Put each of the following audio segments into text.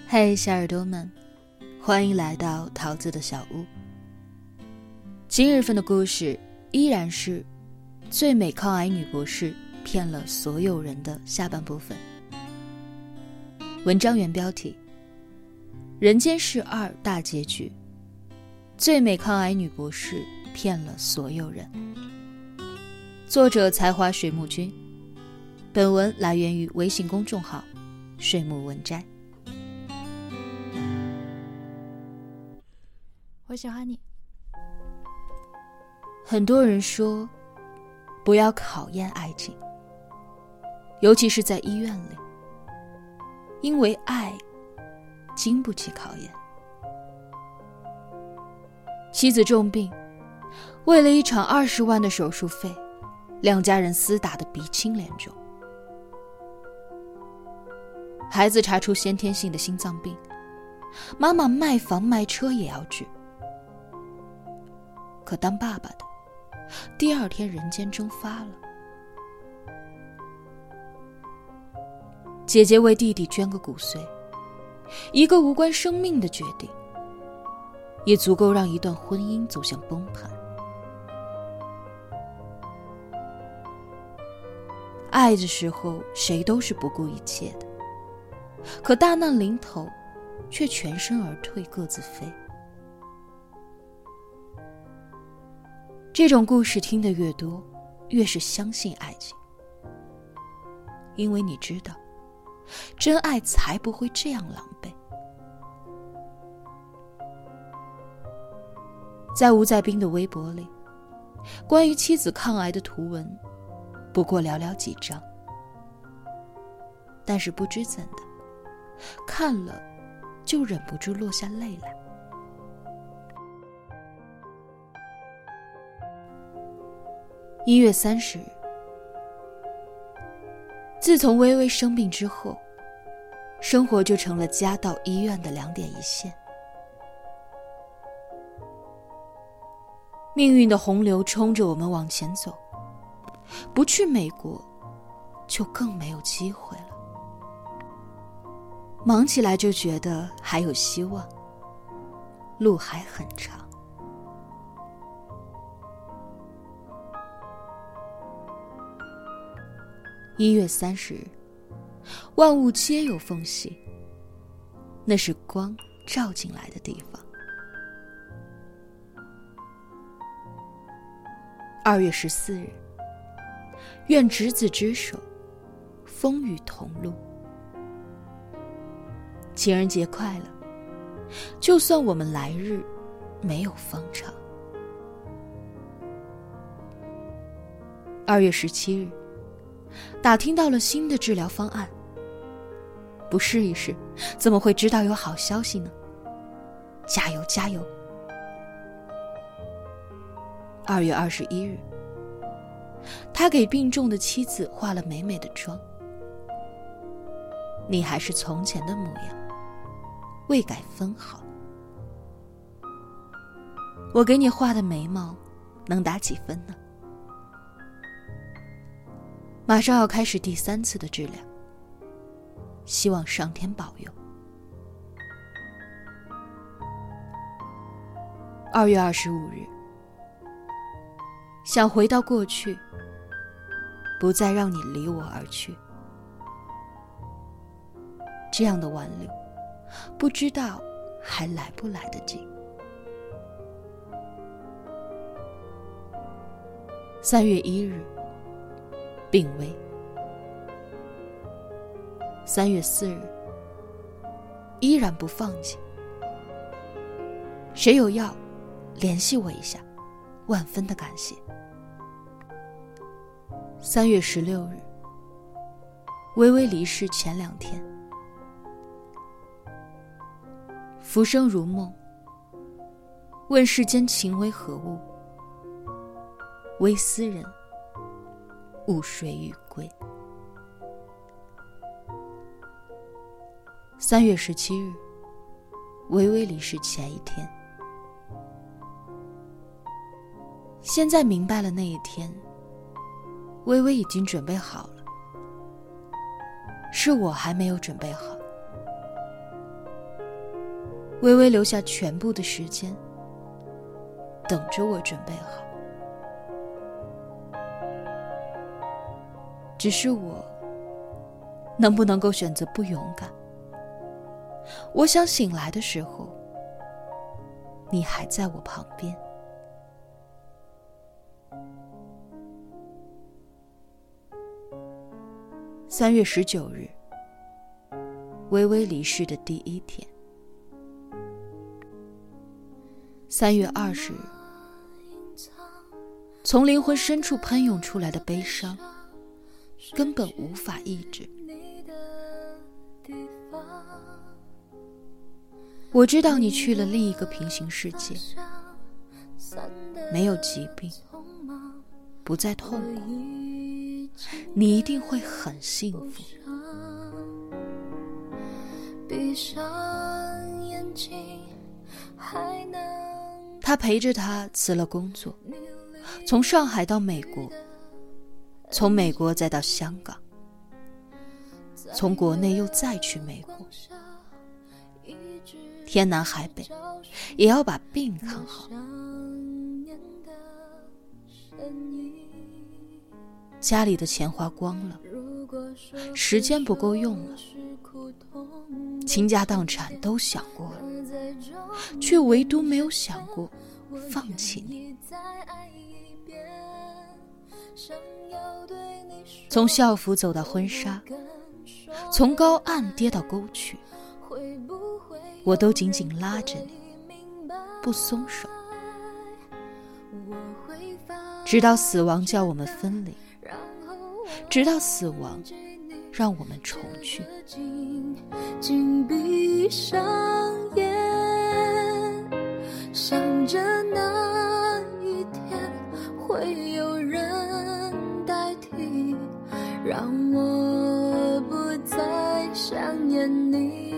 嘿，小耳朵们，欢迎来到桃子的小屋。今日份的故事依然是最美抗癌女博士骗了所有人的下半部分。文章原标题：人间世2大结局，最美抗癌女博士骗了所有人。作者才华水木君。本文来源于微信公众号水木文摘。 我喜欢你。 很多人说不要考验爱情，尤其是在医院里，因为爱经不起考验。妻子重病，为了一场20万的手术费，两家人厮打得鼻青脸肿。孩子查出先天性的心脏病，妈妈卖房卖车也要治。可当爸爸的第2天人间蒸发了。姐姐为弟弟捐个骨髓，一个无关生命的决定，也足够让一段婚姻走向崩盘。爱的时候谁都是不顾一切的，可大难临头却全身而退，各自飞。这种故事听得越多，越是相信爱情，因为你知道，真爱才不会这样狼狈。在吴在斌的微博里，关于妻子抗癌的图文不过寥寥几张，但是不知怎的，看了就忍不住落下泪来。1月30日，自从微微生病之后，生活就成了家到医院的2点一线。命运的洪流冲着我们往前走，不去美国，就更没有机会了。忙起来就觉得还有希望，路还很长。1月30日，万物皆有缝隙，那是光照进来的地方。2月14日，愿执子之手，风雨同路。情人节快乐，就算我们来日没有方长。2月17日，打听到了新的治疗方案，不试一试怎么会知道有好消息呢？加油加油。2月21日，他给病重的妻子化了美美的妆，你还是从前的模样，未改分毫。我给你画的眉毛能打几分呢？马上要开始第3次的治疗，希望上天保佑。2月25日，想回到过去，不再让你离我而去。这样的挽留，不知道还来不来得及。3月1日，病危。3月4日，依然不放弃。谁有药，联系我一下，万分的感谢。3月16日，微微离世前2天。浮生如梦，问世间情为何物？微斯人，误谁与归。3月17日，微微离世前1天。现在明白了那一天，微微已经准备好了，是我还没有准备好。 微微留下全部的时间，等着我准备好。只是我能不能够选择不勇敢？我想醒来的时候，你还在我旁边。3月19日，微微离世的第一天。3月20日，从灵魂深处喷涌出来的悲伤，根本无法抑制。我知道你去了另一个平行世界，没有疾病，不再痛苦，你一定会很幸福。闭上眼睛，他陪着他辞了工作，从上海到美国，从美国再到香港，从国内又再去美国，天南海北，也要把病看好。家里的钱花光了，时间不够用了，倾家荡产都想过了，却唯独没有想过放弃你。从校服走到婚纱，从高岸跌到沟渠，我都紧紧拉着你，不松手，直到死亡叫我们分离，直到死亡让我们重聚。紧闭上眼，想着那一天会有人代替，让我不再想念你。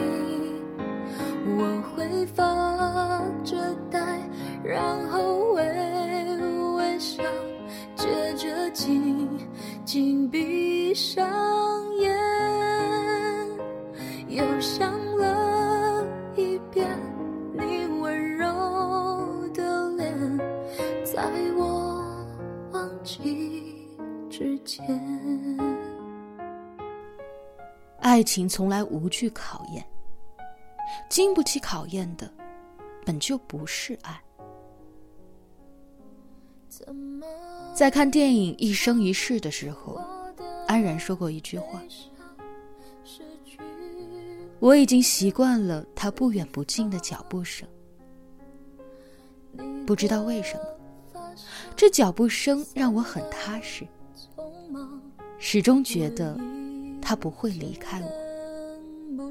我会发着呆，然后微微笑，接着紧闭上眼，又想了一遍你温柔的脸，在我忘记之前。爱情从来无惧考验，经不起考验的本就不是爱。在看电影《一生一世》的时候，安然说过一句话，我已经习惯了他不远不近的脚步声，不知道为什么，这脚步声让我很踏实，始终觉得他不会离开我。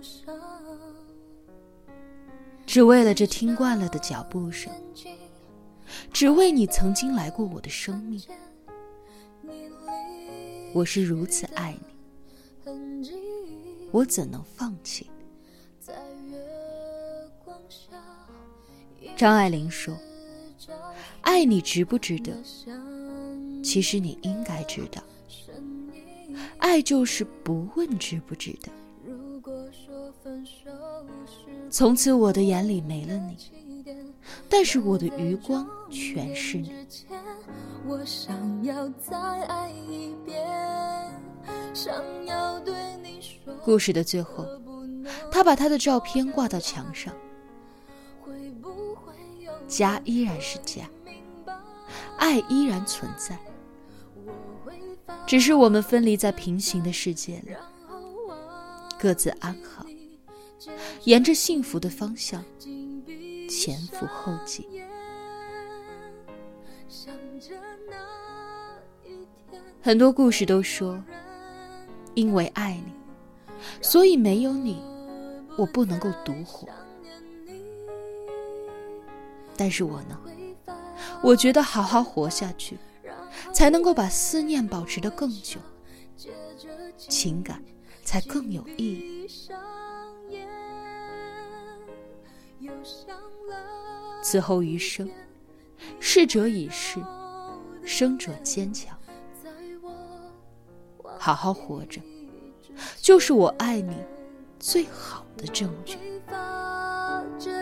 只为了这听惯了的脚步声，只为你曾经来过我的生命，我是如此爱你，我怎能放弃？张爱玲说，爱你值不值得？其实你应该知道，爱就是不问值不值得。从此我的眼里没了你，但是我的余光全是你。我想要再爱一遍，想要对你说。故事的最后，他把他的照片挂到墙上，家依然是家，爱依然存在，只是我们分离在平行的世界里，各自安好，沿着幸福的方向前赴后继。很多故事都说，因为爱你，所以没有你，我不能够独活。但是我呢，我觉得好好活下去，才能够把思念保持得更久，情感才更有意义。此后余生，逝者已逝，生者坚强。好好活着，就是我爱你最好的证据。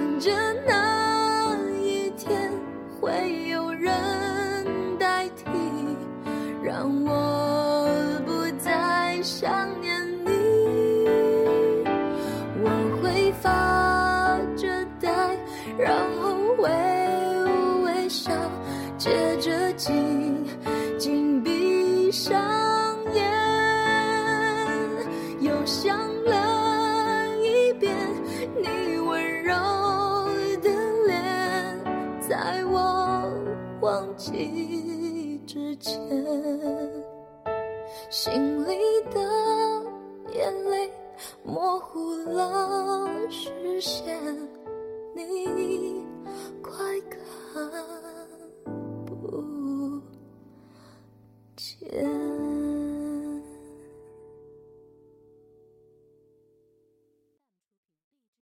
等着那一天会有人代替，让我不再想念你。我会发着呆，然后微微笑，接着紧紧闭上眼，又想了一遍你温柔的脸，在我忘记之前，心里的眼泪模糊了视线，你快看不见。